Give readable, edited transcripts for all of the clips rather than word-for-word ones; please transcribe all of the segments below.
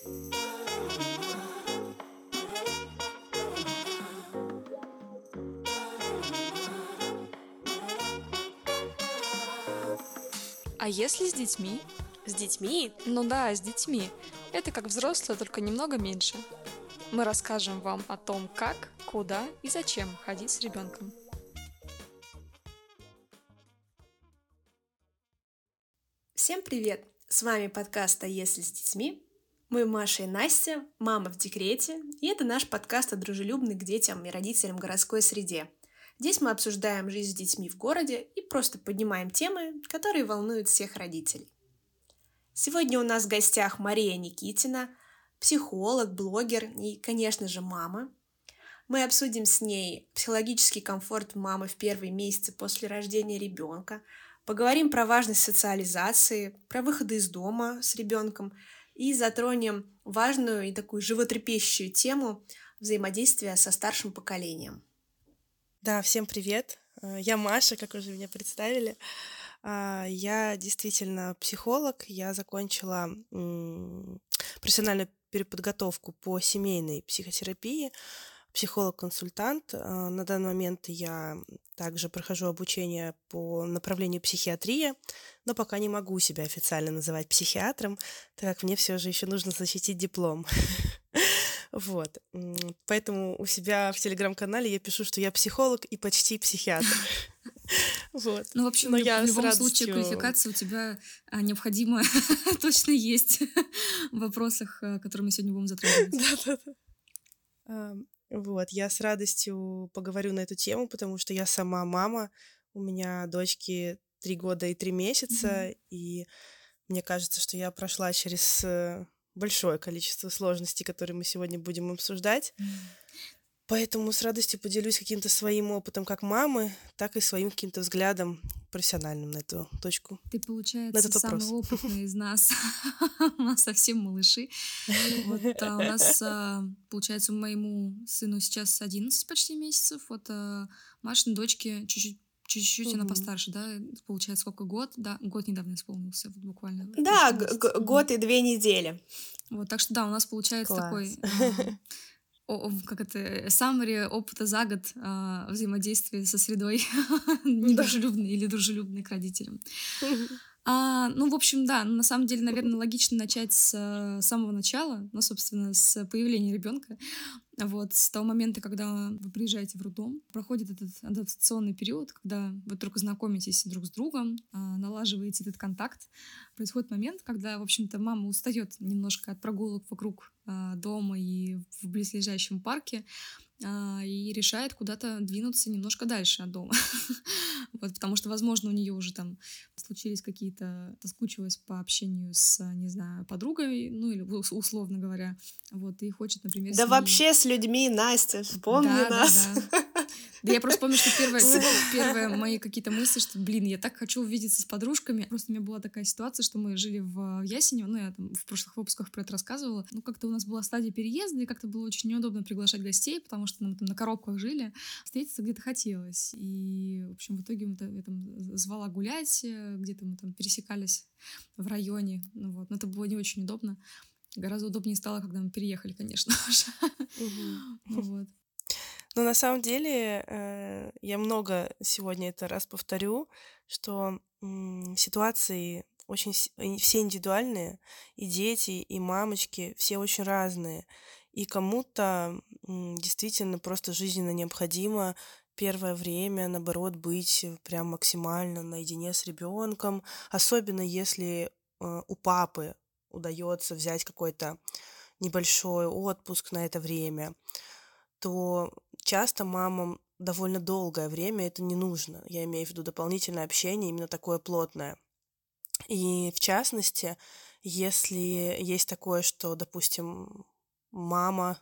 А если с детьми? С детьми? Ну да, с детьми. Это как взрослые, только немного меньше. Мы расскажем вам о том, как, куда и зачем ходить с ребенком. Всем привет! С вами подкаст «А если с детьми?» Мы Маша и Настя, мама в декрете, и это наш подкаст о дружелюбной к детям и родителям городской среде. Здесь мы обсуждаем жизнь с детьми в городе и просто поднимаем темы, которые волнуют всех родителей. Сегодня у нас в гостях Мария Никитина, психолог, блогер и, конечно же, мама. Мы обсудим с ней психологический комфорт мамы в первые месяцы после рождения ребенка, поговорим про важность социализации, про выходы из дома с ребенком и затронем важную и такую животрепещущую тему взаимодействия со старшим поколением. Да, всем привет. Я Маша, как уже меня представили. Я действительно психолог. Я закончила профессиональную переподготовку по семейной психотерапии, психолог-консультант. На данный момент я также прохожу обучение по направлению психиатрия, но пока не могу себя официально называть психиатром, так как мне все же еще нужно защитить диплом. Вот. Поэтому у себя в телеграм-канале я пишу, что я психолог и почти психиатр. Вот. Ну, в общем, Но в я любом с случае радостью- квалификация у тебя необходимая точно есть в вопросах, которые мы сегодня будем затрагивать. Да-да-да. Вот, я с радостью поговорю на эту тему, потому что я сама мама. У меня дочке 3 года и 3 месяца, и мне кажется, что я прошла через большое количество сложностей, которые мы сегодня будем обсуждать. Поэтому с радостью поделюсь каким-то своим опытом как мамы, так и своим каким-то взглядом профессиональным на эту точку. Ты, На получается, этот самый вопрос. опытный из нас. У нас совсем малыши. Вот, у нас, получается, моему сыну сейчас 11 почти месяцев. Вот Машиной дочке чуть-чуть она Мгм. постарше, да? Получается, сколько, год? Да, год недавно исполнился, вот буквально. в Да, прошлом месяце. год и 2 недели. Вот, так что да, у нас получается Класс. такой, summary опыта за год взаимодействия со средой недружелюбной или дружелюбной к родителям. Ну, в общем, да, на самом деле, наверное, логично начать с самого начала, ну, собственно, с появления ребенка. Вот, с того момента, когда вы приезжаете в роддом, проходит этот адаптационный период, когда вы только знакомитесь друг с другом, налаживаете этот контакт. Происходит момент, когда, в общем-то, мама устает немножко от прогулок вокруг дома и в близлежащем парке, и решает куда-то двинуться немножко дальше от дома. Вот, потому что, возможно, у нее уже там случились какие-то... Соскучилась по общению с, не знаю, подругой, ну или условно говоря. Вот, и хочет, например, Да с ней- вообще с людьми, Настя, вспомни Да, нас. Да я просто помню, что первые мои какие-то мысли, что, блин, я так хочу увидеться с подружками. Просто у меня была такая ситуация, что мы жили в Ясенево, ну, я там в прошлых выпусках про это рассказывала. Ну, как-то у нас была стадия переезда, и как-то было очень неудобно приглашать гостей, потому что мы там на коробках жили. Встретиться где-то хотелось. И, в общем, в итоге я там звала гулять, где-то мы там пересекались в районе. Ну, вот. Но это было не очень удобно. Гораздо удобнее стало, когда мы переехали, конечно же. Мгм. Вот. Но на самом деле я много сегодня это раз повторю, что ситуации очень они все индивидуальные, и дети, и мамочки, все очень разные. И кому-то действительно просто жизненно необходимо первое время, наоборот, быть прям максимально наедине с ребенком, особенно если у папы удается взять какой-то небольшой отпуск на это время, то часто мамам довольно долгое время это не нужно. Я имею в виду дополнительное общение, именно такое плотное. И в частности, если есть такое, что, допустим, мама,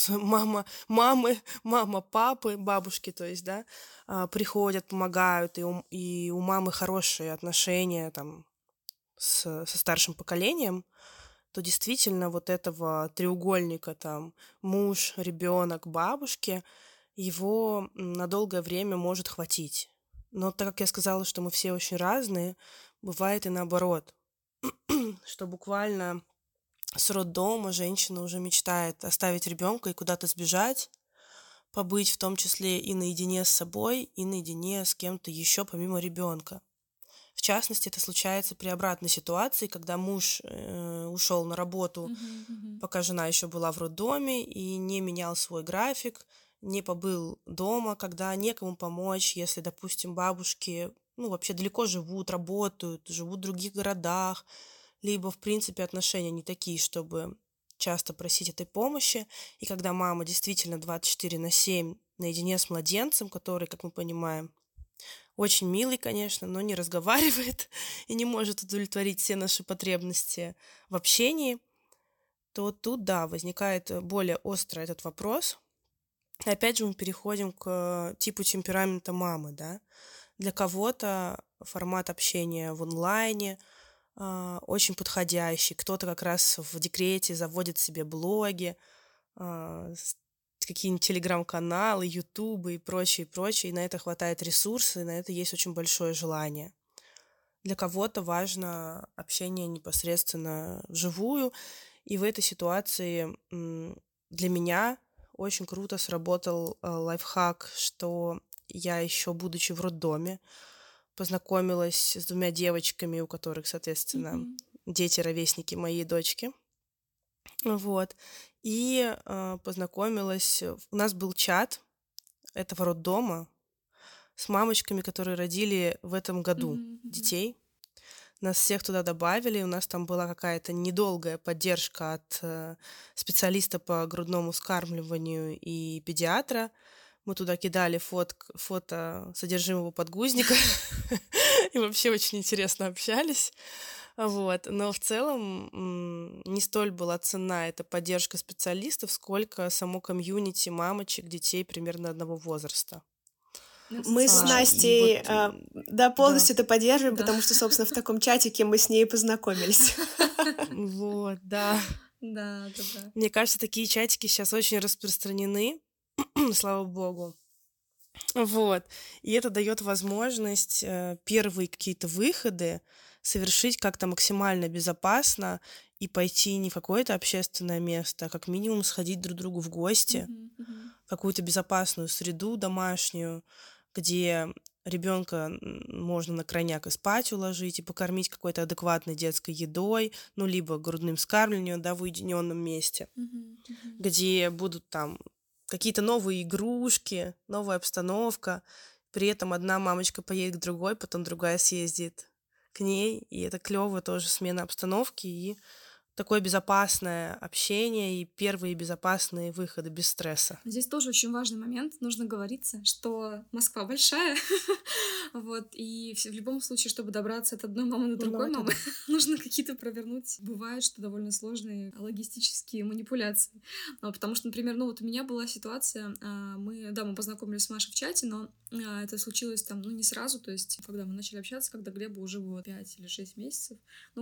мама папы, бабушки, то есть, да, приходят, помогают, и у мамы хорошие отношения там со старшим поколением, то действительно вот этого треугольника там муж, ребенок, бабушки, его на долгое время может хватить. Но так как я сказала, что мы все очень разные, бывает и наоборот, что буквально с роддома женщина уже мечтает оставить ребенка и куда-то сбежать, побыть в том числе и наедине с собой, и наедине с кем-то еще помимо ребенка. В частности, это случается при обратной ситуации, когда муж ушел на работу, пока жена еще была в роддоме, и не менял свой график, не побыл дома, когда некому помочь, если, допустим, бабушки, вообще далеко живут, работают, живут в других городах, либо, в принципе, отношения не такие, чтобы часто просить этой помощи. И когда мама действительно 24/7 наедине с младенцем, который, как мы понимаем, очень милый, конечно, но не разговаривает и не может удовлетворить все наши потребности в общении, то тут, да, возникает более остро этот вопрос. И опять же мы переходим к типу темперамента мамы, да. Для кого-то формат общения в онлайне очень подходящий. Кто-то как раз в декрете заводит себе блоги, какие-нибудь телеграм-каналы, ютубы и прочее, и на это хватает ресурсов, и на это есть очень большое желание. Для кого-то важно общение непосредственно вживую, и в этой ситуации для меня очень круто сработал лайфхак, что я еще, будучи в роддоме, познакомилась с 2 девочками, у которых, соответственно, дети-ровесники моей дочки. Вот. И познакомилась... У нас был чат этого роддома с мамочками, которые родили в этом году детей. Нас всех туда добавили, у нас там была какая-то недолгая поддержка от специалиста по грудному вскармливанию и педиатра. Мы туда кидали фото содержимого подгузника и вообще очень интересно общались. Вот. Но в целом не столь была ценна эта поддержка специалистов, сколько само комьюнити мамочек, детей примерно одного возраста. Мы с Настей полностью это поддерживаем, потому что, собственно, в таком чатике мы с ней познакомились. Вот, да. Да. Мне кажется, такие чатики сейчас очень распространены, слава богу. Вот. И это дает возможность первые какие-то выходы совершить как-то максимально безопасно и пойти не в какое-то общественное место, а как минимум сходить друг к другу в гости, в какую-то безопасную среду домашнюю, где ребенка можно на крайняк и спать уложить, и покормить какой-то адекватной детской едой, либо грудным вскармливанием, да, в уединенном месте, где будут там какие-то новые игрушки, новая обстановка. При этом одна мамочка поедет к другой, потом другая съездит к ней, и это клёво тоже смена обстановки и такое безопасное общение и первые безопасные выходы без стресса. Здесь тоже очень важный момент. Нужно говориться, что Москва большая, вот, и в любом случае, чтобы добраться от одной мамы до другой мамы, нужно какие-то провернуть. Бывает, что довольно сложные логистические манипуляции. Потому что, например, у меня была ситуация, мы познакомились с Машей в чате, но это случилось там, не сразу, то есть, когда мы начали общаться, когда Глебу уже было 5 или 6 месяцев,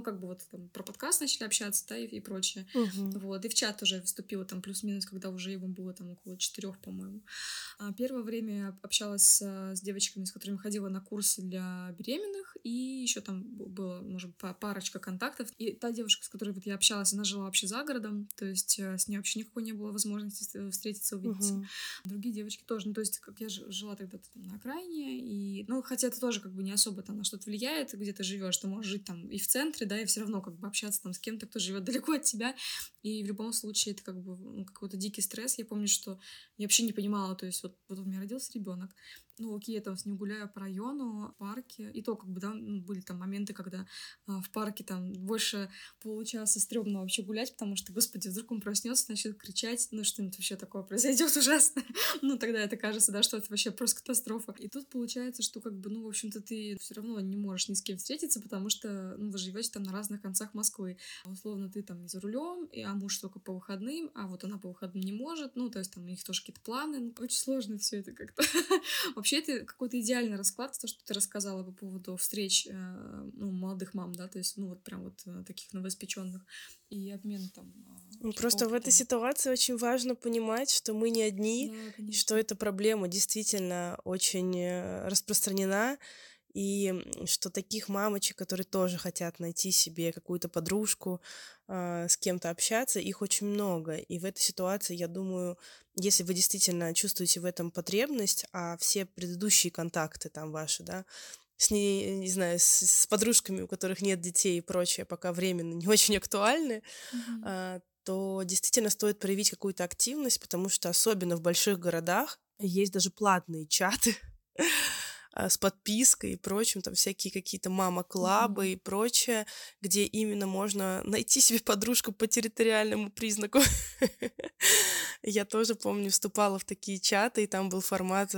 про подкаст начали общаться, да, и прочее. Вот, и в чат уже вступила там плюс-минус, когда уже ему было там около 4, по-моему. Первое время я общалась с девочками, с которыми ходила на курсы для беременных, и еще там было, может, парочка контактов. И та девушка, с которой я общалась, она жила вообще за городом, то есть с ней вообще никакой не было возможности встретиться, увидеться. Другие девочки тоже, то есть как я жила тогда на окраине, и, хотя это тоже не особо там на что-то влияет, где ты живешь, ты можешь жить там и в центре, да, и все равно общаться там с кем-то, кто живет далеко от тебя, и в любом случае это какой-то дикий стресс. Я помню, что я вообще не понимала, то есть вот у меня родился ребенок, окей, я там с ним гуляю по району, в парке, и то были там моменты, когда в парке там больше получаса стрёмно вообще гулять, потому что, господи, вдруг он проснется, начнет кричать, что-нибудь вообще такое произойдет ужасно. Тогда это кажется, да, что это вообще просто катастрофа. И тут получается, что в общем-то, ты все равно не можешь ни с кем встретиться, потому что, вы живете там на разных концах Москвы. Условно, ты там за рулем, а муж только по выходным, а вот она по выходным не может, то есть там у них тоже какие-то планы. Очень сложно все это как-то. Вообще, это какой-то идеальный расклад, то, что ты рассказала по поводу встреч молодых мам, да, то есть, таких новоиспеченных, и обмен там. Просто опытом. В этой ситуации очень важно понимать, что мы не одни, и что эта проблема действительно очень распространена, и что таких мамочек, которые тоже хотят найти себе какую-то подружку, с кем-то общаться, их очень много. И в этой ситуации, я думаю, если вы действительно чувствуете в этом потребность, а все предыдущие контакты там ваши, да, не знаю, с подружками, у которых нет детей и прочее, пока временно не очень актуальны, то действительно стоит проявить какую-то активность, потому что особенно в больших городах есть даже платные чаты с подпиской и прочим, там всякие какие-то мама-клабы и прочее, где именно можно найти себе подружку по территориальному признаку. Я тоже помню, вступала в такие чаты, и там был формат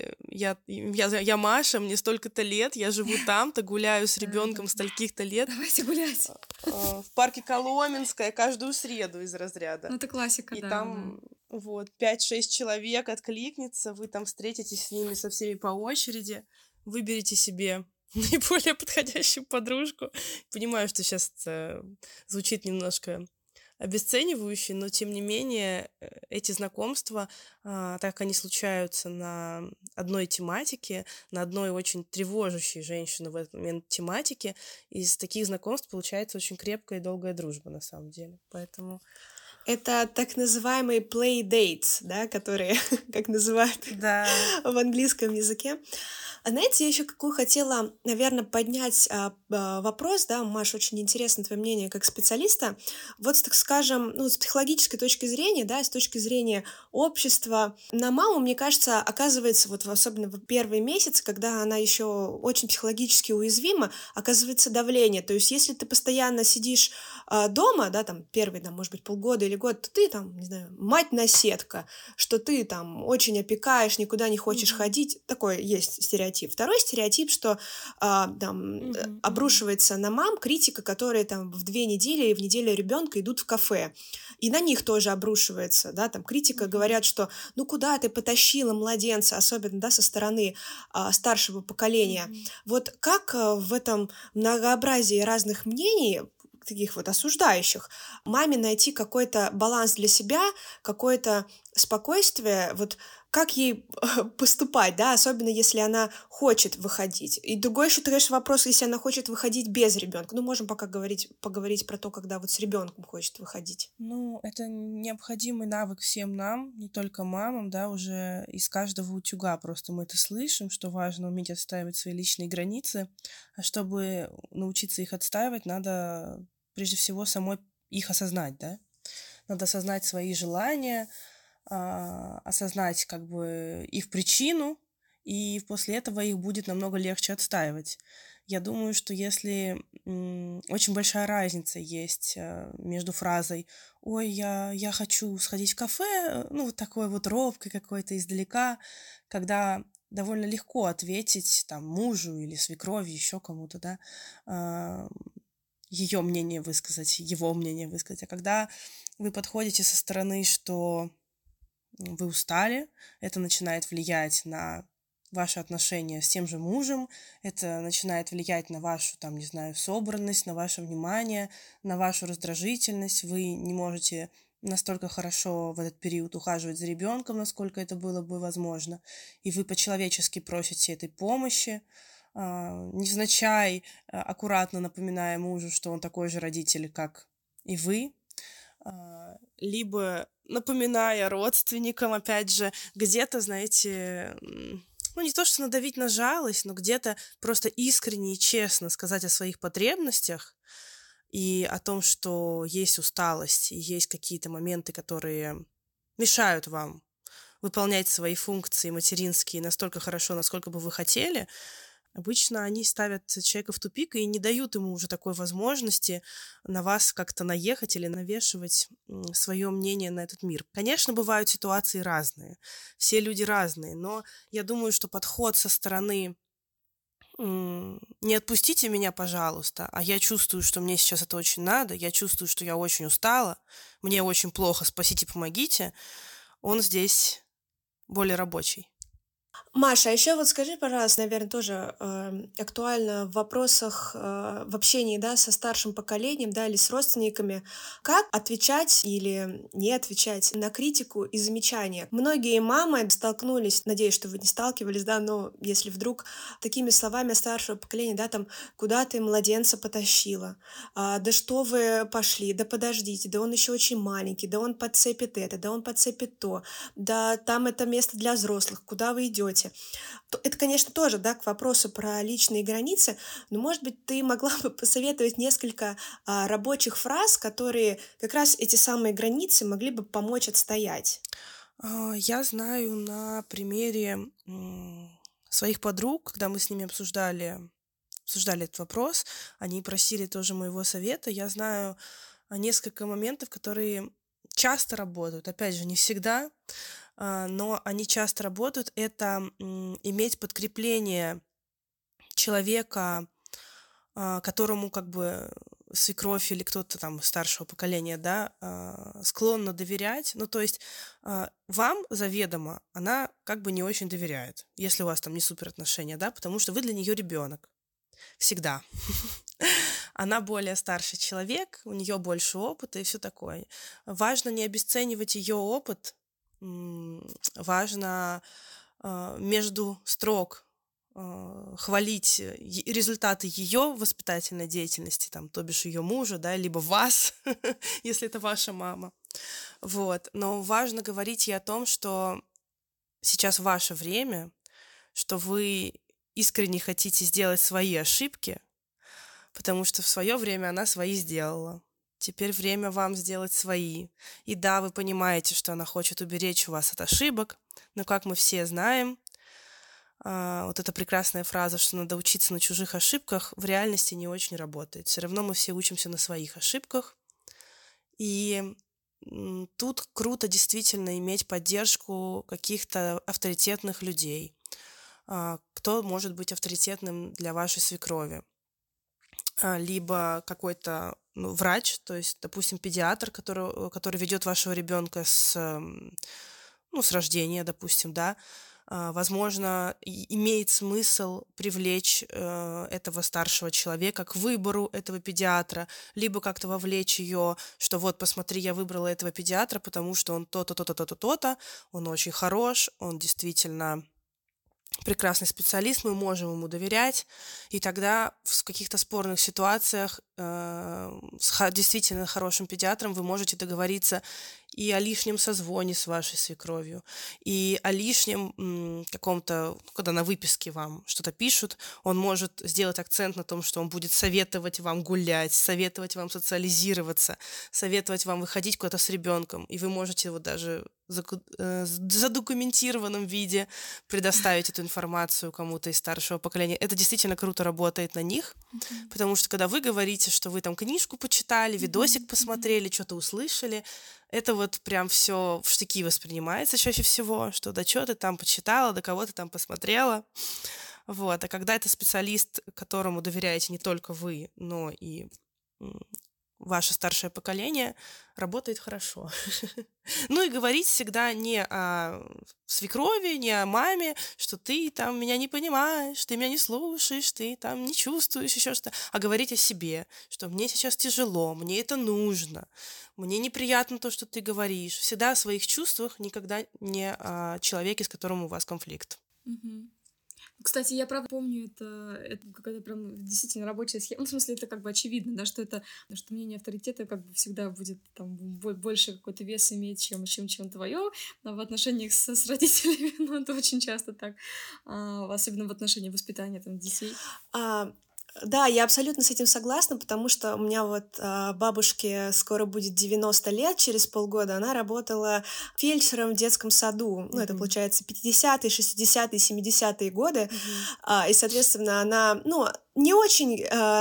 «Я Маша, мне столько-то лет, я живу там-то, гуляю с ребенком стольких-то лет». Давайте гулять. В парке Коломенская каждую среду из разряда. Ну, это классика, И да. там вот 5-6 человек откликнется, вы там встретитесь с ними со всеми по очереди, выберите себе наиболее подходящую подружку. Понимаю, что сейчас это звучит немножко обесценивающе, но тем не менее эти знакомства, так как они случаются на одной тематике, на одной очень тревожащей женщину в этот момент тематике, из таких знакомств получается очень крепкая и долгая дружба на самом деле. Поэтому... Это так называемые play dates, да, которые, как называют в английском языке. А знаете, я еще какую хотела, наверное, поднять вопрос, да, Маш, очень интересно твое мнение как специалиста. Вот, так скажем, ну, с психологической точки зрения, да, с точки зрения общества, на маму, мне кажется, оказывается, вот особенно в первые месяцы, когда она еще очень психологически уязвима, оказывается давление. То есть, если ты постоянно сидишь дома, да, там, первые, там, может быть, полгода или год, то ты там, не знаю, мать-наседка, что ты там очень опекаешь, никуда не хочешь ходить. Такой есть стереотип. Второй стереотип, что обрушивается на мам критика, которые там в 2 недели и в неделю ребенка идут в кафе. И на них тоже обрушивается, да, там критика, говорят, что ну куда ты потащила младенца, особенно, да, со стороны старшего поколения. Вот как в этом многообразии разных мнений, таких вот осуждающих, маме найти какой-то баланс для себя, какое-то спокойствие, вот как ей поступать, да, особенно если она хочет выходить. И другой еще, конечно, вопрос, если она хочет выходить без ребенка. Ну, можем пока поговорить про то, когда вот с ребенком хочет выходить. Ну, это необходимый навык всем нам, не только мамам, да, уже из каждого утюга просто мы это слышим, что важно уметь отстаивать свои личные границы, а чтобы научиться их отстаивать, надо прежде всего самой их осознать, да. Надо осознать свои желания, осознать как бы их причину, и после этого их будет намного легче отстаивать. Я думаю, что если очень большая разница есть между фразой «Ой, я хочу сходить в кафе», ну, вот такой вот робкой какой-то издалека, когда довольно легко ответить там мужу или свекрови, еще кому-то, да, ее мнение высказать, его мнение высказать. А когда вы подходите со стороны, что вы устали, это начинает влиять на ваши отношения с тем же мужем, это начинает влиять на вашу, там, не знаю, собранность, на ваше внимание, на вашу раздражительность. Вы не можете настолько хорошо в этот период ухаживать за ребенком, насколько это было бы возможно. И вы по-человечески просите этой помощи, невзначай аккуратно напоминая мужу, что он такой же родитель, как и вы, либо напоминая родственникам, опять же, где-то, знаете, ну, не то, что надавить на жалость, но где-то просто искренне и честно сказать о своих потребностях и о том, что есть усталость, и есть какие-то моменты, которые мешают вам выполнять свои функции материнские настолько хорошо, насколько бы вы хотели. Обычно они ставят человека в тупик и не дают ему уже такой возможности на вас как-то наехать или навешивать свое мнение на этот мир. Конечно, бывают ситуации разные, все люди разные, но я думаю, что подход со стороны «не отпустите меня, пожалуйста, а я чувствую, что мне сейчас это очень надо, я чувствую, что я очень устала, мне очень плохо, спасите, помогите», он здесь более рабочий. Маша, а еще вот скажи, пожалуйста, наверное, тоже актуально в вопросах в общении, да, со старшим поколением, да, или с родственниками, как отвечать или не отвечать на критику и замечания. Многие мамы столкнулись, надеюсь, что вы не сталкивались, да, но если вдруг такими словами старшего поколения, да, там, куда ты младенца потащила, да что вы пошли, да подождите, да он еще очень маленький, да он подцепит это, да он подцепит то, да там это место для взрослых, куда вы идете. Это, конечно, тоже, да, к вопросу про личные границы, но, может быть, ты могла бы посоветовать несколько рабочих фраз, которые как раз эти самые границы могли бы помочь отстоять. Я знаю на примере своих подруг, когда мы с ними обсуждали этот вопрос, они просили тоже моего совета. Я знаю несколько моментов, которые часто работают. Опять же, не всегда, но они часто работают. Это иметь подкрепление человека, которому как бы свекровь или кто-то там старшего поколения, да, склонна доверять. Ну, то есть вам заведомо она как бы не очень доверяет, если у вас там не супер отношения, да, потому что вы для нее ребенок. Всегда. Она более старший человек, у нее больше опыта и все такое. Важно не обесценивать ее опыт, важно между строк хвалить результаты ее воспитательной деятельности, там, то бишь ее мужа, да, либо вас, если это ваша мама. Вот. Но важно говорить ей о том, что сейчас ваше время, что вы искренне хотите сделать свои ошибки, потому что в свое время она свои сделала. Теперь время вам сделать свои. И да, вы понимаете, что она хочет уберечь вас от ошибок, но, как мы все знаем, вот эта прекрасная фраза, что надо учиться на чужих ошибках, в реальности не очень работает. Все равно мы все учимся на своих ошибках. И тут круто действительно иметь поддержку каких-то авторитетных людей. Кто может быть авторитетным для вашей свекрови? Либо какой-то врач, то есть, допустим, педиатр, который ведет вашего ребенка с рождения, допустим, да. Возможно, имеет смысл привлечь этого старшего человека к выбору этого педиатра, либо как-то вовлечь ее, что вот, посмотри, я выбрала этого педиатра, потому что он то-то, то-то, то-то, то-то, он очень хорош, он действительно прекрасный специалист, мы можем ему доверять, и тогда в каких-то спорных ситуациях с действительно хорошим педиатром вы можете договориться и о лишнем созвоне с вашей свекровью, и о лишнем каком-то, когда на выписке вам что-то пишут, он может сделать акцент на том, что он будет советовать вам гулять, советовать вам социализироваться, советовать вам выходить куда-то с ребенком, и вы можете вот даже в задокументированном виде предоставить эту информацию кому-то из старшего поколения. Это действительно круто работает на них, потому что когда вы говорите, что вы там книжку почитали, видосик посмотрели, что-то услышали, это вот прям все в штыки воспринимается чаще всего, что да что ты там почитала, да кого ты там посмотрела. Вот. А когда это специалист, которому доверяете не только вы, но и ваше старшее поколение, работает хорошо. Ну и говорить всегда не о свекрови, не о маме, что ты там меня не понимаешь, ты меня не слушаешь, ты там не чувствуешь, еще что-то, а говорить о себе, что мне сейчас тяжело, мне это нужно, мне неприятно то, что ты говоришь. Всегда о своих чувствах, никогда не о человеке, с которым у вас конфликт. Кстати, я правда помню, это какая-то прям действительно рабочая схема. Ну, в смысле, это как бы очевидно, да, что мнение авторитета как бы всегда будет там больше какой-то вес иметь, чем твое в отношениях с родителями. Ну, это очень часто так, особенно в отношении воспитания там детей. Да, я абсолютно с этим согласна, потому что у меня вот бабушке скоро будет 90 лет, через полгода она работала фельдшером в детском саду, ну, это, получается, 50-е, 60-е, 70-е годы, и, соответственно, она, не очень,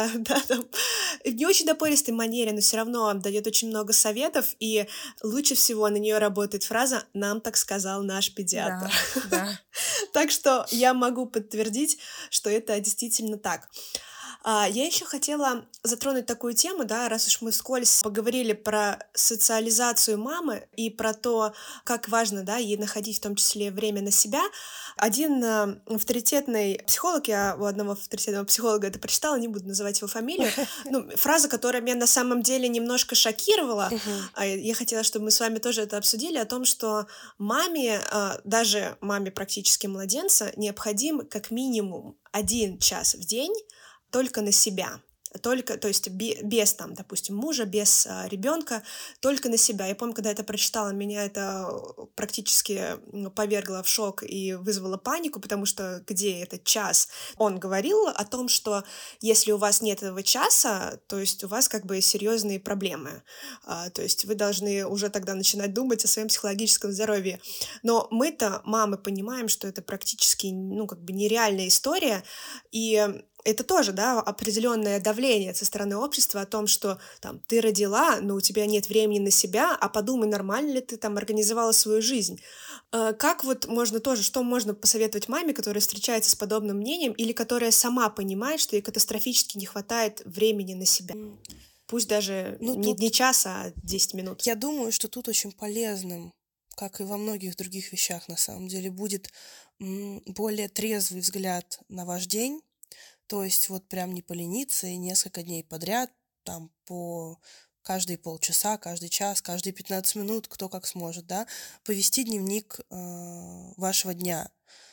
не очень напористой манере, но все равно дает очень много советов, и лучше всего на нее работает фраза «нам так сказал наш педиатр». Да. Так что я могу подтвердить, что это действительно так. Я еще хотела затронуть такую тему, да, раз уж мы вскользь поговорили про социализацию мамы и про то, как важно, да, ей находить в том числе время на себя. Один авторитетный психолог, я у одного авторитетного психолога это прочитала, не буду называть его фамилию, фраза, которая меня на самом деле немножко шокировала, я хотела, чтобы мы с вами тоже это обсудили, о том, что маме, даже маме практически младенца, необходим как минимум 1 час в день только на себя. Только, то есть без там, допустим, мужа, без ребенка, только на себя. Я помню, когда это прочитала, меня это практически повергло в шок и вызвало панику, потому что где этот час? Он говорил о том, что если у вас нет этого часа, то есть у вас как бы серьезные проблемы. То есть вы должны уже тогда начинать думать о своем психологическом здоровье. Но мы-то, мамы, понимаем, что это практически, как бы нереальная история, и это тоже, да, определенное давление со стороны общества о том, что там ты родила, но у тебя нет времени на себя, а подумай, нормально ли ты там организовала свою жизнь. Как вот можно тоже, что можно посоветовать маме, которая встречается с подобным мнением или которая сама понимает, что ей катастрофически не хватает времени на себя? Пусть даже не час, а 10 минут. Я думаю, что тут очень полезным, как и во многих других вещах на самом деле, будет более трезвый взгляд на ваш день. То есть вот прям не полениться и несколько дней подряд, там по каждые полчаса, каждый час, каждые 15 минут, кто как сможет, да, повести дневник вашего дня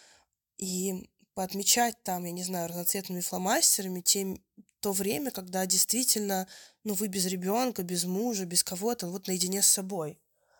и поотмечать там, я не знаю, разноцветными фломастерами то время, когда действительно, вы без ребенка, без мужа, без кого-то, вот наедине с собой.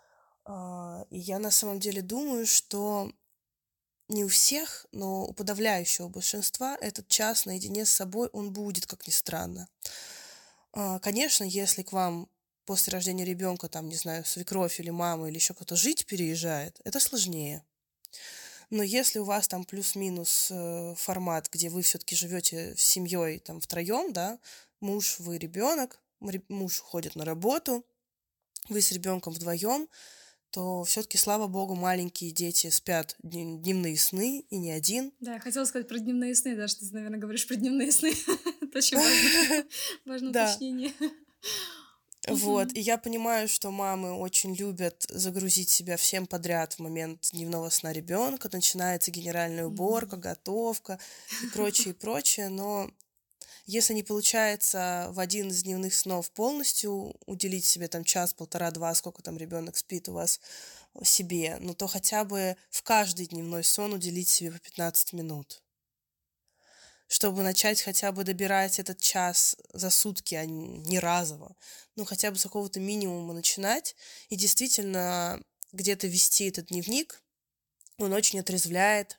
И я на самом деле думаю, что не у всех, но у подавляющего большинства этот час наедине с собой, он будет, как ни странно. Конечно, если к вам после рождения ребенка, там, не знаю, свекровь или мама или еще кто-то жить переезжает, это сложнее. Но если у вас там плюс-минус формат, где вы все-таки живете с семьей там втроем, да, муж, вы, ребенок, муж уходит на работу, вы с ребенком вдвоем, то все-таки, слава богу, маленькие дети спят дневные сны, и не один. Да, я хотела сказать про дневные сны, да, что ты, наверное, говоришь про дневные сны. Это очень важное уточнение. Вот, и я понимаю, что мамы очень любят загрузить себя всем подряд в момент дневного сна ребенка, начинается генеральная уборка, готовка и прочее, но если не получается в один из дневных снов полностью уделить себе там час, полтора, два, сколько там ребенок спит у вас себе, то хотя бы в каждый дневной сон уделить себе по 15 минут, чтобы начать хотя бы добирать этот час за сутки, а не разово. Хотя бы с какого-то минимума начинать и действительно где-то вести этот дневник. Он очень отрезвляет,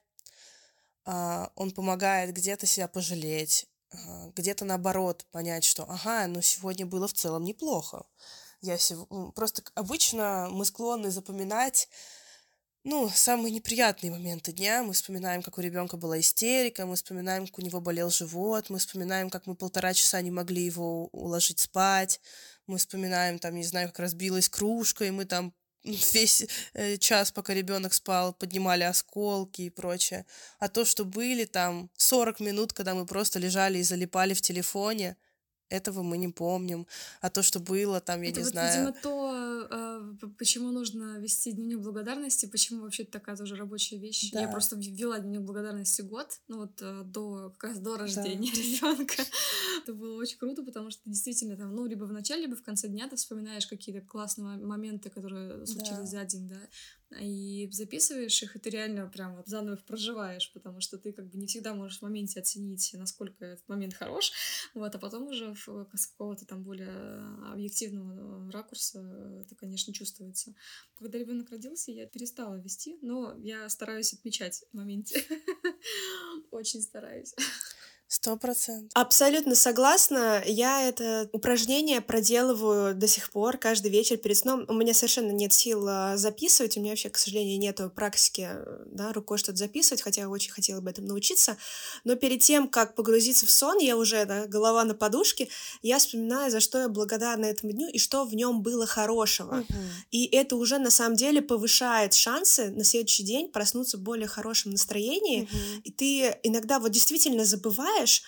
он помогает где-то себя пожалеть, где-то наоборот понять, что сегодня было в целом неплохо. Просто обычно мы склонны запоминать самые неприятные моменты дня. Мы вспоминаем, как у ребенка была истерика, мы вспоминаем, как у него болел живот, мы вспоминаем, как мы 1,5 часа не могли его уложить спать, мы вспоминаем, там, не знаю, как разбилась кружка, и мы там весь час, пока ребенок спал, поднимали осколки и прочее. А то, что были там 40 минут, когда мы просто лежали и залипали в телефоне, этого мы не помним. А то, что было там, я это не вот, знаю... видимо, почему нужно вести дневник благодарности, почему вообще такая тоже рабочая вещь. Да. Я просто вела дневник благодарности год, как раз до рождения ребенка. Это было очень круто, потому что действительно там, либо в начале, либо в конце дня ты вспоминаешь какие-то классные моменты, которые случились за день, да, и записываешь их, и ты реально прям вот заново их проживаешь, потому что ты как бы не всегда можешь в моменте оценить, насколько этот момент хорош, а потом уже с какого-то там более объективного ракурса это, конечно, чувствуется. Когда ребенок родился, я перестала вести, но я стараюсь отмечать в моменте. Очень стараюсь. 100%. Абсолютно согласна. Я это упражнение проделываю до сих пор, каждый вечер перед сном. У меня совершенно нет сил записывать. У меня вообще, к сожалению, нет практики, да, рукой что-то записывать, хотя я очень хотела бы этому научиться. Но перед тем, как погрузиться в сон, я уже, голова на подушке, я вспоминаю, за что я благодарна этому дню и что в нем было хорошего. И это уже, на самом деле, повышает шансы на следующий день проснуться в более хорошем настроении. И ты иногда вот действительно забываешь,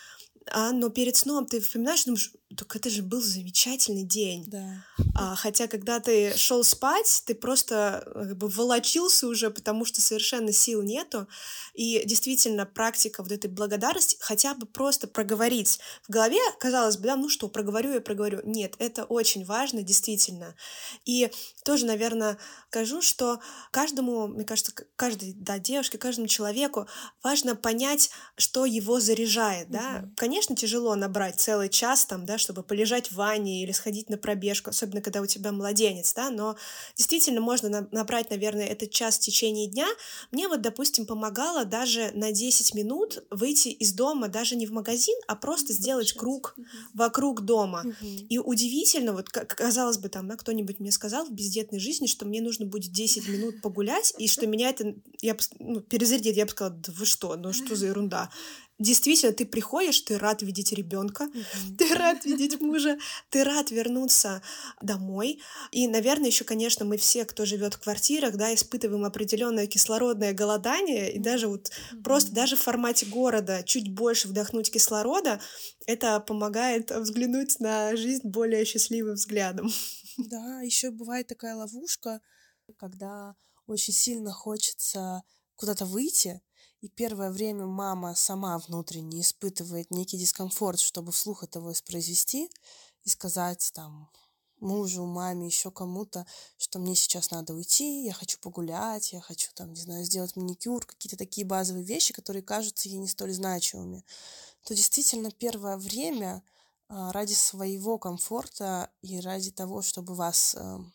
но перед сном ты вспоминаешь, думаешь, так это же был замечательный день. Да. Хотя, когда ты шел спать, ты просто как бы волочился уже, потому что совершенно сил нету. И действительно, практика вот этой благодарности, хотя бы просто проговорить. В голове, казалось бы, да, ну что, проговорю я проговорю. Нет, это очень важно, действительно. И тоже, наверное, скажу, что каждому, мне кажется, каждой, да, девушке, каждому человеку важно понять, что его заряжает, да. Конечно, тяжело набрать целый час там, да, чтобы полежать в ванне или сходить на пробежку, особенно когда у тебя младенец, да, но действительно можно набрать, наверное, этот час в течение дня. Мне вот, допустим, помогало даже на 10 минут выйти из дома, даже не в магазин, а просто сделать круг вокруг дома. И удивительно, вот казалось бы, там, да, кто-нибудь мне сказал в бездетной жизни, что мне нужно будет 10 минут погулять, и что меня это, перезарядит. Я бы сказала, да вы что, ну что за ерунда. Действительно, ты приходишь, ты рад видеть ребенка, ты рад видеть мужа, ты рад вернуться домой. И, наверное, еще, конечно, мы все, кто живет в квартирах, да, испытываем определенное кислородное голодание, и даже вот просто даже в формате города чуть больше вдохнуть кислорода, это помогает взглянуть на жизнь более счастливым взглядом. Да, еще бывает такая ловушка, когда очень сильно хочется куда-то выйти, и первое время мама сама внутренне испытывает некий дискомфорт, чтобы вслух этого воспроизвести и сказать там мужу, маме, еще кому-то, что мне сейчас надо уйти, я хочу погулять, я хочу там, не знаю, сделать маникюр, какие-то такие базовые вещи, которые кажутся ей не столь значимыми, то действительно первое время ради своего комфорта и ради того, чтобы вас,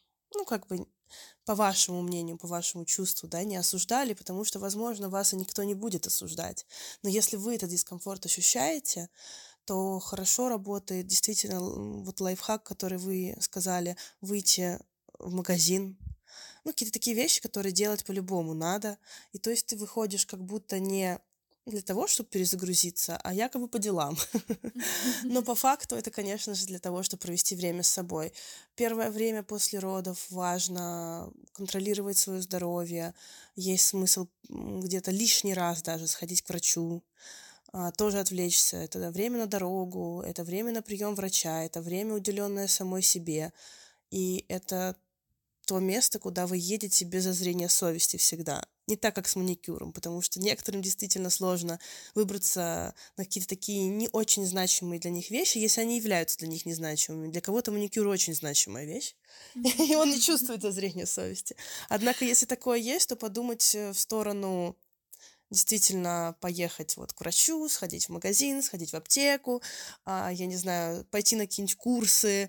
как бы по вашему мнению, по вашему чувству, да, не осуждали, потому что, возможно, вас и никто не будет осуждать. Но если вы этот дискомфорт ощущаете, то хорошо работает действительно вот лайфхак, который вы сказали, выйти в магазин. Какие-то такие вещи, которые делать по-любому надо. И то есть ты выходишь как будто не для того, чтобы перезагрузиться, а якобы по делам. Но по факту это, конечно же, для того, чтобы провести время с собой. Первое время после родов важно контролировать свое здоровье. Есть смысл где-то лишний раз даже сходить к врачу, тоже отвлечься. Это время на дорогу, это время на прием врача, это время, уделенное самой себе. И это то место, куда вы едете без зазрения совести всегда. Не так, как с маникюром, потому что некоторым действительно сложно выбраться на какие-то такие не очень значимые для них вещи, если они являются для них незначимыми. Для кого-то маникюр очень значимая вещь, и он не чувствует зазрения совести. Однако, если такое есть, то подумать в сторону действительно поехать вот к врачу, сходить в магазин, сходить в аптеку, я не знаю, пойти на какие-нибудь курсы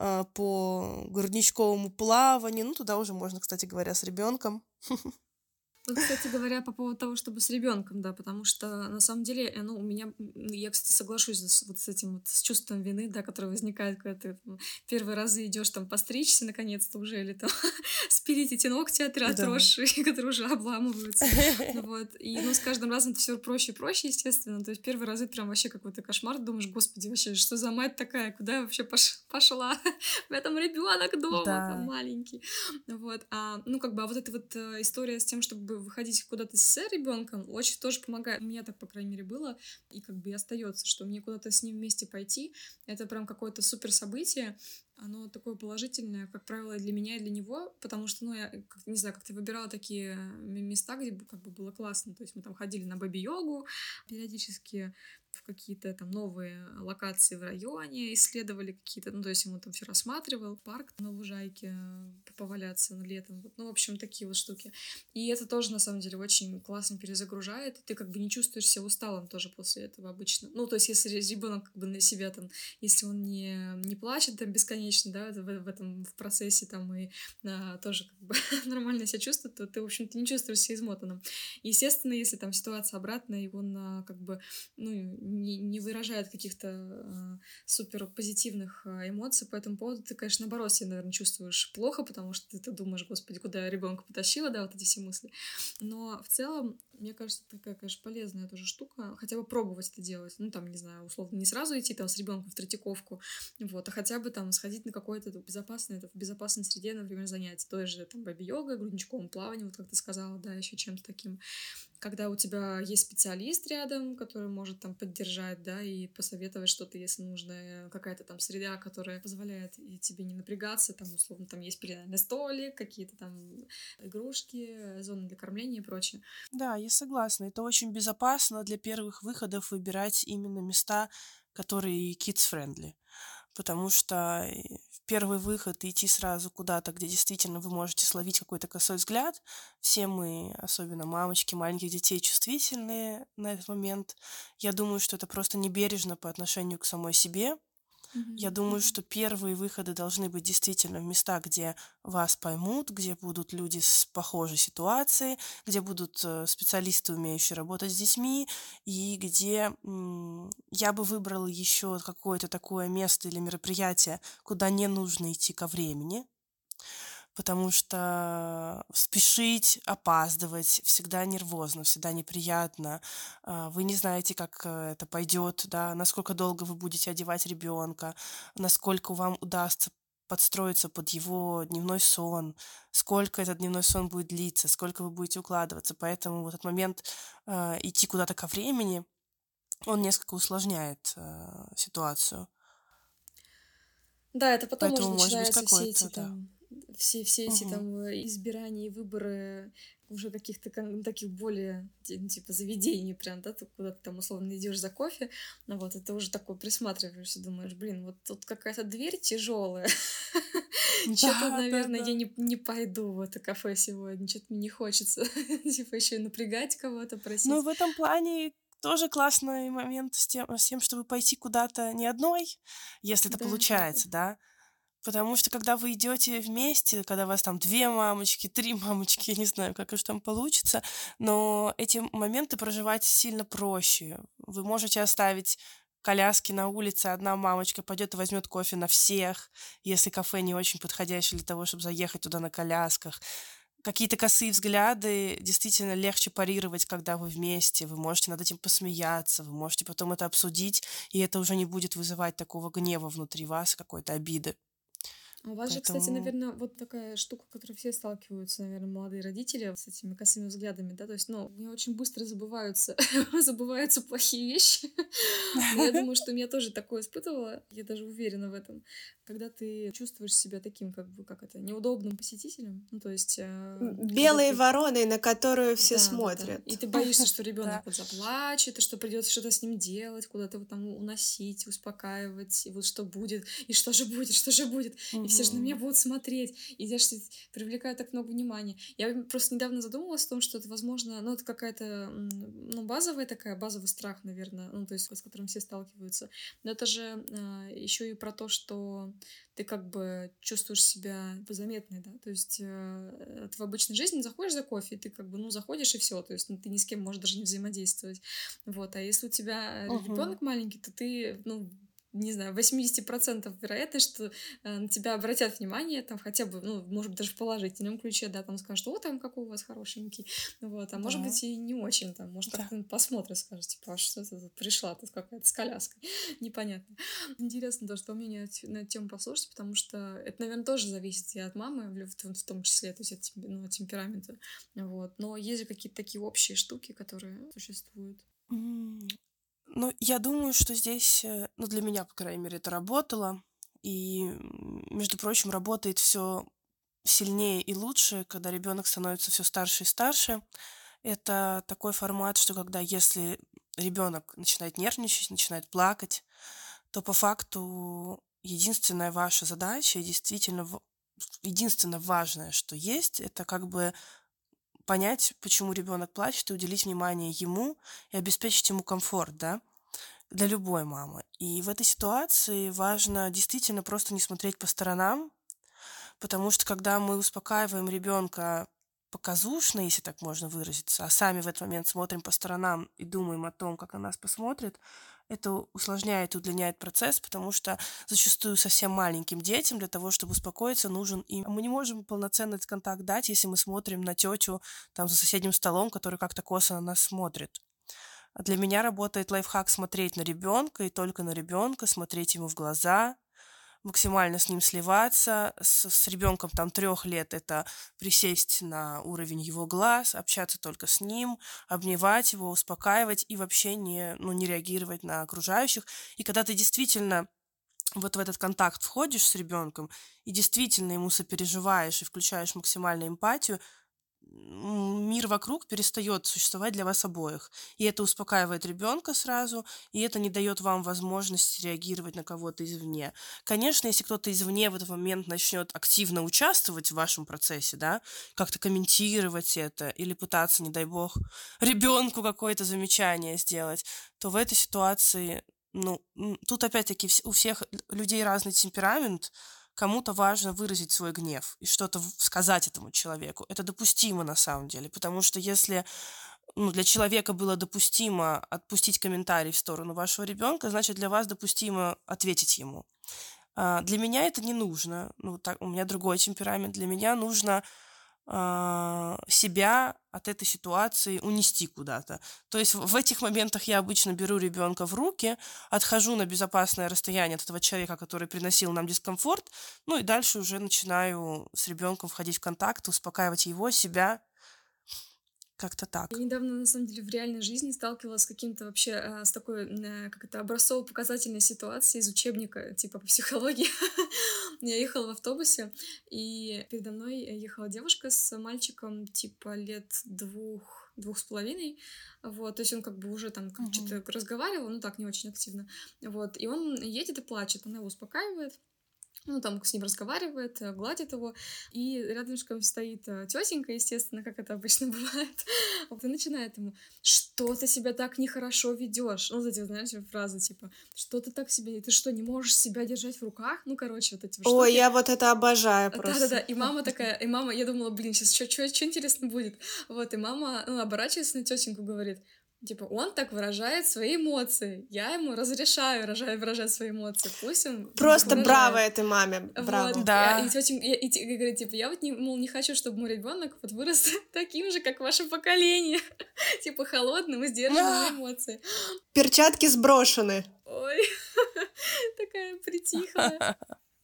по грудничковому плаванию. Туда уже можно, кстати говоря, с ребенком. Вот, кстати говоря, по поводу того, чтобы с ребенком, да, потому что на самом деле, у меня, я, кстати, соглашусь с этим вот, с чувством вины, да, которое возникает, когда ты первые разы идешь там постричься, наконец-то уже, или там спилить эти ногти отросшие, которые уже обламываются, вот, и, с каждым разом это все проще и проще, естественно, то есть первые разы прям вообще какой-то кошмар, думаешь, господи, вообще, что за мать такая, куда я вообще пошла, в этом ребенок дома, там маленький, вот, а вот эта вот история с тем, чтобы выходить куда-то с ребенком, очень тоже помогает. У меня так, по крайней мере, было, и и остается, что мне куда-то с ним вместе пойти, это прям какое-то супер событие, оно такое положительное, как правило, и для меня, и для него, потому что, я, не знаю, как-то выбирала такие места, где было классно, то есть мы там ходили на бэби-йогу периодически, в какие-то там новые локации в районе, исследовали какие-то, то есть ему там все рассматривал, парк на лужайке, поваляться летом, в общем, такие вот штуки. И это тоже, на самом деле, очень классно перезагружает, и ты не чувствуешь себя усталым тоже после этого обычно. То есть если ребенок на себя там, если он не плачет там бесконечно, да, в процессе там и тоже нормально себя чувствует, то ты, в общем-то, не чувствуешь себя измотанным. Естественно, если там ситуация обратная, и он не выражает каких-то супер позитивных эмоций по этому поводу, ты, конечно, наоборот, себя, наверное, чувствуешь плохо, потому что ты думаешь, господи, куда я ребенка потащила, да, вот эти все мысли. Но в целом, мне кажется, такая, конечно, полезная тоже штука, хотя бы пробовать это делать. Не знаю, условно, не сразу идти там с ребенком в Третьяковку, а хотя бы там сходить ходить на какое-то в безопасной среде, например, занятие. То же там бэби-йога, грудничковым плаванием, вот как ты сказала, да, еще чем-то таким. Когда у тебя есть специалист рядом, который может там поддержать, да, и посоветовать что-то, если нужно, какая-то там среда, которая позволяет и тебе не напрягаться, там, условно, там есть перинатальный столик, какие-то там игрушки, зоны для кормления и прочее. Да, я согласна. Это очень безопасно для первых выходов выбирать именно места, которые kids-friendly. Потому что в первый выход идти сразу куда-то, где действительно вы можете словить какой-то косой взгляд. Все мы, особенно мамочки маленьких детей, чувствительные на этот момент. Я думаю, что это просто небережно по отношению к самой себе. Я думаю, что первые выходы должны быть действительно в места, где вас поймут, где будут люди с похожей ситуацией, где будут специалисты, умеющие работать с детьми, и где я бы выбрала еще какое-то такое место или мероприятие, куда не нужно идти ко времени, потому что спешить, опаздывать всегда нервозно, всегда неприятно. Вы не знаете, как это пойдет, да, насколько долго вы будете одевать ребенка, насколько вам удастся подстроиться под его дневной сон, сколько этот дневной сон будет длиться, сколько вы будете укладываться. Поэтому в этот момент идти куда-то ко времени, он несколько усложняет ситуацию. Да, это потом уже Поэтому, может быть, начинаются все эти какой-то, да. там все эти Мгм. там избирания и выборы уже каких-то таких более типа заведений прям, да, ты куда ты там условно идешь за кофе, ну вот, это уже такой присматриваешься, думаешь, блин, вот тут какая-то дверь тяжелая, что-то, Да, да, наверное, я да. не пойду в это кафе сегодня, что-то мне не хочется, типа еще и напрягать кого-то, Ну, просить. в этом плане тоже классный момент с тем, чтобы пойти куда-то не одной, если это Да, да, да. получается, да. Потому что когда вы идете вместе, когда у вас там 2 мамочки, 3 мамочки, я не знаю, как уж там получится, но эти моменты проживать сильно проще. Вы можете оставить коляски на улице, одна мамочка пойдет и возьмет кофе на всех, если кафе не очень подходящее для того, чтобы заехать туда на колясках. Какие-то косые взгляды действительно легче парировать, когда вы вместе. Вы можете над этим посмеяться, вы можете потом это обсудить, и это уже не будет вызывать такого гнева внутри вас, какой-то обиды. У вас же, кстати, Поэтому наверное, вот такая штука, которой все сталкиваются, наверное, молодые родители с этими косыми взглядами, да, то есть, ну, мне очень быстро забываются, забываются плохие вещи, но я думаю, что я тоже такое испытывала, я даже уверена в этом, когда ты чувствуешь себя таким, как бы, как это, неудобным посетителем, ну, то есть, когда Белой ты вороной, на которую все да, да, да. И смотрят. ты боишься, что да. ребенок вот заплачет, и что придется что-то с ним делать, куда-то вот там уносить, успокаивать, и вот что будет, и что же будет, и все же на меня Мгм. будут смотреть, и я же привлекаю так много внимания. Я просто недавно задумалась о том, что это, возможно, ну, это какая-то, ну, базовый страх, наверное, ну, то есть с которым все сталкиваются. Но это же еще и про то, что ты как бы чувствуешь себя заметной, да, то есть ты в обычной жизни заходишь за кофе, и ты как бы, ну, заходишь и все, то есть ну, ты ни с кем можешь даже не взаимодействовать, вот, а если у тебя Мгм. ребенок маленький, то ты, ну, не знаю, 80% вероятность, что на тебя обратят внимание, там, хотя бы, ну, может быть, даже в положительном ключе, да, там скажут, о, там, какой у вас хорошенький, вот, а может Да, быть, и не очень, там, может, так да. посмотрят, скажут, типа, а что ты тут пришла, тут какая-то с коляской, непонятно. Интересно тоже, что мнение на эту тему послушать, потому что это, наверное, тоже зависит и от мамы, в том числе, то есть от, ну, от темперамента, вот, но есть же какие-то такие общие штуки, которые существуют. М, Ну, я думаю, что здесь, ну, для меня, по крайней мере, это работало. И, между прочим, работает все сильнее и лучше, когда ребенок становится все старше и старше. Это такой формат, что когда если ребенок начинает нервничать, начинает плакать, то по факту единственная ваша задача, и действительно единственное важное, что есть, это как бы понять, почему ребенок плачет, и уделить внимание ему, и обеспечить ему комфорт, да, для любой мамы. И в этой ситуации важно действительно просто не смотреть по сторонам, потому что когда мы успокаиваем ребенка показушно, если так можно выразиться, а сами в этот момент смотрим по сторонам и думаем о том, как на нас посмотрят, это усложняет и удлиняет процесс, потому что зачастую совсем маленьким детям для того, чтобы успокоиться, нужен им. Мы не можем полноценный этот контакт дать, если мы смотрим на тетю там за соседним столом, который как-то косо на нас смотрит. А для меня работает лайфхак смотреть на ребенка и только на ребенка, смотреть ему в глаза, максимально с ним сливаться. С ребенком там 3 лет это присесть на уровень его глаз, общаться только с ним, обнимать его, успокаивать и вообще не реагировать на окружающих. И когда ты действительно вот в этот контакт входишь с ребенком и действительно ему сопереживаешь и включаешь максимальную эмпатию, мир вокруг перестает существовать для вас обоих. И это успокаивает ребенка сразу, и это не дает вам возможности реагировать на кого-то извне. Конечно, если кто-то извне в этот момент начнет активно участвовать в вашем процессе, да, как-то комментировать это или пытаться, не дай бог, ребенку какое-то замечание сделать, то в этой ситуации, тут опять-таки у всех людей разный темперамент. Кому-то важно выразить свой гнев и что-то сказать этому человеку. Это допустимо на самом деле, потому что если для человека было допустимо отпустить комментарий в сторону вашего ребенка, значит, для вас допустимо ответить ему. Для меня это не нужно. У меня другой темперамент. Для меня нужно себя от этой ситуации унести куда-то. То есть в этих моментах я обычно беру ребенка в руки, отхожу на безопасное расстояние от этого человека, который приносил нам дискомфорт, и дальше уже начинаю с ребенком входить в контакт, успокаивать его, себя. Как-то так. Я недавно, на самом деле, в реальной жизни сталкивалась с каким-то вообще, с такой, как это, образцово-показательной ситуацией из учебника, типа по психологии. Я ехала в автобусе, и передо мной ехала девушка с мальчиком, типа, лет 2-2,5, вот, то есть он как бы уже там что-то разговаривал, так, не очень активно, вот, и он едет и плачет, она его успокаивает, там с ним разговаривает, гладит его, и рядышком стоит тетенька, естественно, как это обычно бывает, вот, и начинает ему: что ты себя так нехорошо ведешь? Эти, знаешь, фразы типа: что ты так себя, ты что, не можешь себя держать в руках? Короче, вот эти штуки. Ой, я вот это обожаю просто. Да-да-да, и мама такая, я думала, сейчас что интересно будет, вот, и мама, оборачивается на тетеньку, говорит, типа, он так выражает свои эмоции. Я ему разрешаю выражать свои эмоции. Пусть он просто выражает. браво этой маме. Браво. Вот, да. И говорит, типа, я вот не хочу, чтобы мой ребенок вот вырос таким же, как ваше поколение. Типа, холодным и сдержанным на эмоции. Перчатки сброшены. Ой, такая притихлая.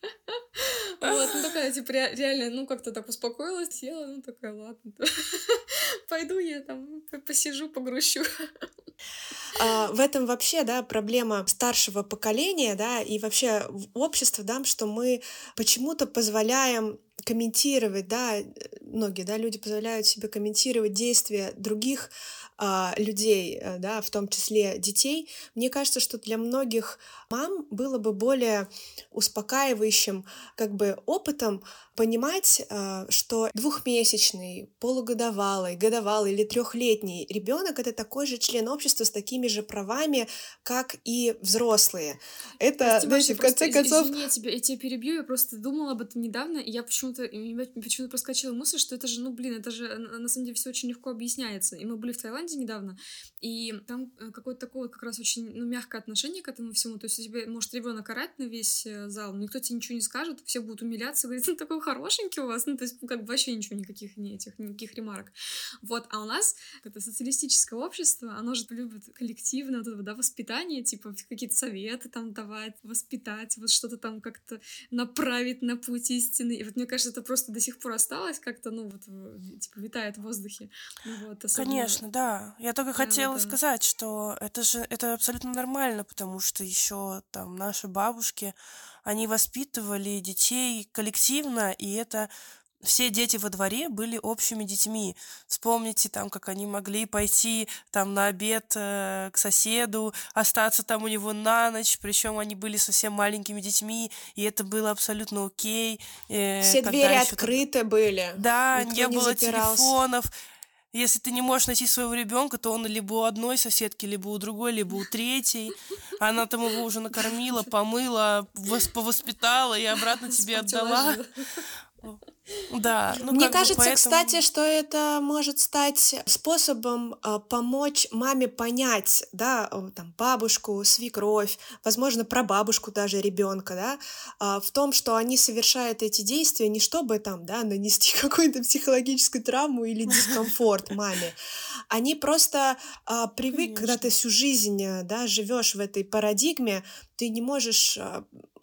Вот, такая, типа, реально, как-то так успокоилась, села, такая, ладно, пойду я там посижу, погрущу. В этом вообще, да, проблема старшего поколения, да, и вообще общества, да, что мы почему-то позволяем комментировать, да, многие, да, люди позволяют себе комментировать действия других людей, да, в том числе детей. Мне кажется, что для многих мам было бы более успокаивающим как бы опытом понимать, что 2-месячный, полугодовалый, годовалый или 3-летний ребенок — это такой же член общества с такими же правами, как и взрослые. Это, знаете, в конце концов... Извини, я тебя перебью, я просто думала об этом недавно, и я почему-то проскочила мысль, что это же, это же на самом деле все очень легко объясняется. И мы были в Таиланде недавно, и там какое-то такое как раз очень мягкое отношение к этому всему. То есть тебе может ребенок орать на весь зал, но никто тебе ничего не скажет, все будут умиляться, говорить: такой хорошенький у вас, то есть как бы вообще ничего, никаких ремарок. Вот, а у нас это социалистическое общество, оно же любит коллективное вот это, да, воспитание, типа какие-то советы там давать, воспитать, вот что-то там как-то направить на путь истины. И вот мне кажется, это просто до сих пор осталось как-то, типа витает в воздухе. Конечно, да. Я только хотела сказать, что это абсолютно нормально, потому что еще там наши бабушки, они воспитывали детей коллективно, и это все дети во дворе были общими детьми. Вспомните, там, как они могли пойти там на обед к соседу, остаться там у него на ночь, причем они были совсем маленькими детьми, и это было абсолютно окей. Все двери открыты были. Да, никто не было запирался. телефонов. Если ты не можешь найти своего ребенка, то он либо у одной соседки, либо у другой, либо у третьей. Она там его уже накормила, помыла, повоспитала и обратно тебе отдала. Да, Мне кажется, кстати, что это может стать способом помочь маме понять, да, там, бабушку, свекровь, возможно, прабабушку даже ребенка, да, в том, что они совершают эти действия не чтобы там, да, нанести какую-то психологическую травму или дискомфорт маме. Они просто привыкли, когда ты всю жизнь, да, живешь в этой парадигме, ты не можешь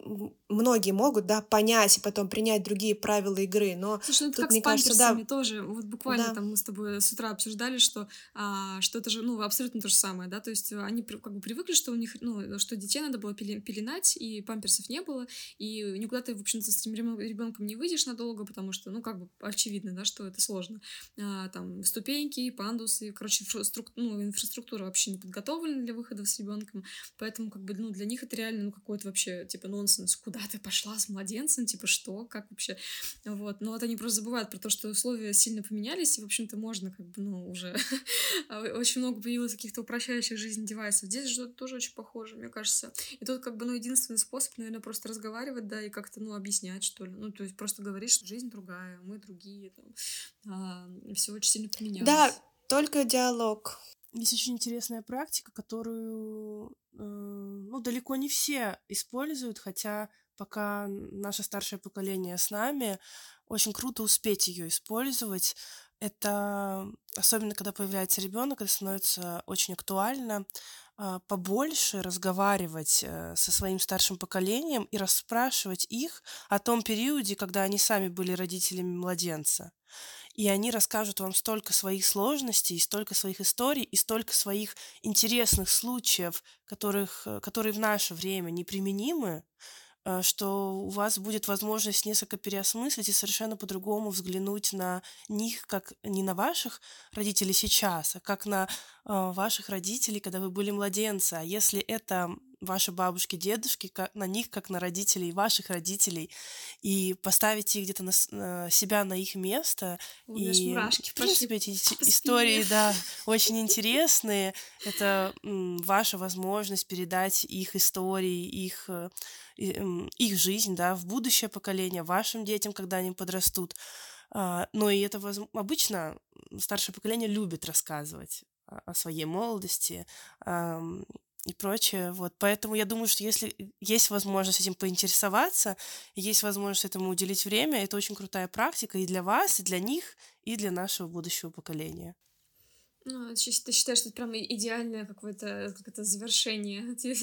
многие могут, да, понять и потом принять другие правила игры, но Слушай, ну это тут, как с мне кажется, да, памперсами тоже. Вот буквально да, там мы с тобой с утра обсуждали, что это же, ну, абсолютно то же самое, да, то есть они как бы привыкли, что у них, ну, что детей надо было пеленать, и памперсов не было, и никуда ты, в общем-то, с этим ребенком не выйдешь надолго, потому что, ну, как бы очевидно, да, что это сложно. Там ступеньки, пандусы, короче, инфраструктура вообще не подготовлена для выхода с ребенком, поэтому, как бы, ну, для них это реально, ну, какой-то вообще, типа, нонсенс. Куда ты пошла с младенцем? Типа, что? Как вообще? Вот. Но вот они просто забывают про то, что условия сильно поменялись, и, в общем-то, можно, как бы, ну, уже очень много появилось каких-то упрощающих жизнь девайсов. Здесь же тоже очень похоже, мне кажется. И тут, как бы, ну, единственный способ, наверное, просто разговаривать, да, и как-то, ну, объяснять, что ли. Ну, то есть просто говорить, что жизнь другая, мы другие, там, все очень сильно да, поменялось. только диалог. Есть очень интересная практика, которую, ну, далеко не все используют, хотя пока наше старшее поколение с нами, очень круто успеть ее использовать. Это особенно когда появляется ребенок, это становится очень актуально. Побольше разговаривать со своим старшим поколением и расспрашивать их о том периоде, когда они сами были родителями младенца. И они расскажут вам столько своих сложностей, столько своих историй и столько своих интересных случаев, которые в наше время неприменимы, что у вас будет возможность несколько переосмыслить и совершенно по-другому взглянуть на них, как не на ваших родителей сейчас, а как на ваших родителей, когда вы были младенцы. А если это ваши бабушки, дедушки, на них, как на родителей ваших родителей, и поставить их где-то себя на их место. У меня аж И, мурашки в пошли принципе, эти по спине. истории, да, очень интересные. Это ваша возможность передать их истории, их жизнь, да, в будущее поколение, вашим детям, когда они подрастут. Но и это обычно старшее поколение любит рассказывать о своей молодости и прочее. Вот. Поэтому я думаю, что если есть возможность этим поинтересоваться, есть возможность этому уделить время, это очень крутая практика и для вас, и для них, и для нашего будущего поколения. Ну, ты считаешь, что это прям идеальное какое-то как это завершение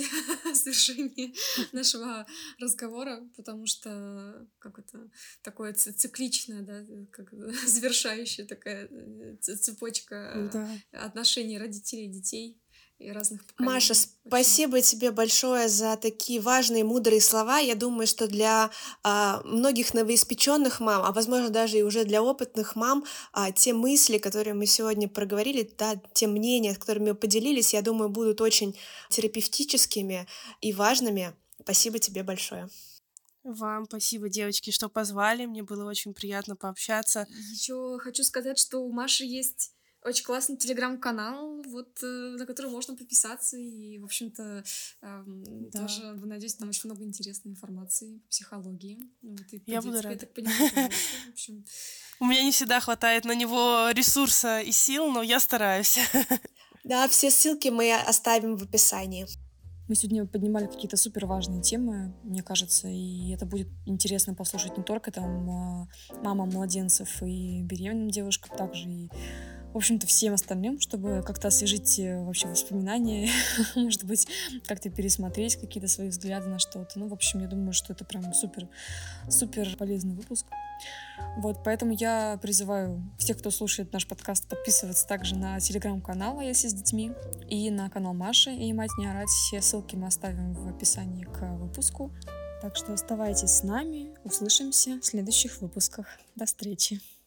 нашего разговора, потому что как это такое цикличное, да, как завершающая такая цепочка Да. отношений родителей и детей и разных Маша, поколений. Очень. спасибо тебе большое за такие важные, мудрые слова. Я думаю, что для многих новоиспеченных мам, а возможно даже и уже для опытных мам, те мысли, которые мы сегодня проговорили, да, те мнения, которыми мы поделились, я думаю, будут очень терапевтическими и важными. Спасибо тебе большое. Вам спасибо, девочки, что позвали. Мне было очень приятно пообщаться. Еще хочу сказать, что у Маши есть очень классный телеграм-канал, вот, на который можно подписаться, и, в общем-то, тоже, вы найдете там очень много интересной информации по психологии. Вот, и Я буду я рада. так понимаю, тоже. В общем, У меня не всегда хватает на него ресурса и сил, но я стараюсь. Да, все ссылки мы оставим в описании. Мы сегодня поднимали какие-то супер важные темы, мне кажется, и это будет интересно послушать не только там мамам младенцев и беременным девушкам, также и, в общем-то, всем остальным, чтобы как-то освежить вообще воспоминания, может быть, как-то пересмотреть какие-то свои взгляды на что-то. Ну, в общем, я думаю, что это прям супер полезный выпуск. Вот, поэтому я призываю всех, кто слушает наш подкаст, подписываться также на телеграм-канал «Если с детьми» и на канал Маши и «Мать не орать». Все ссылки мы оставим в описании к выпуску. Так что оставайтесь с нами, услышимся в следующих выпусках. До встречи!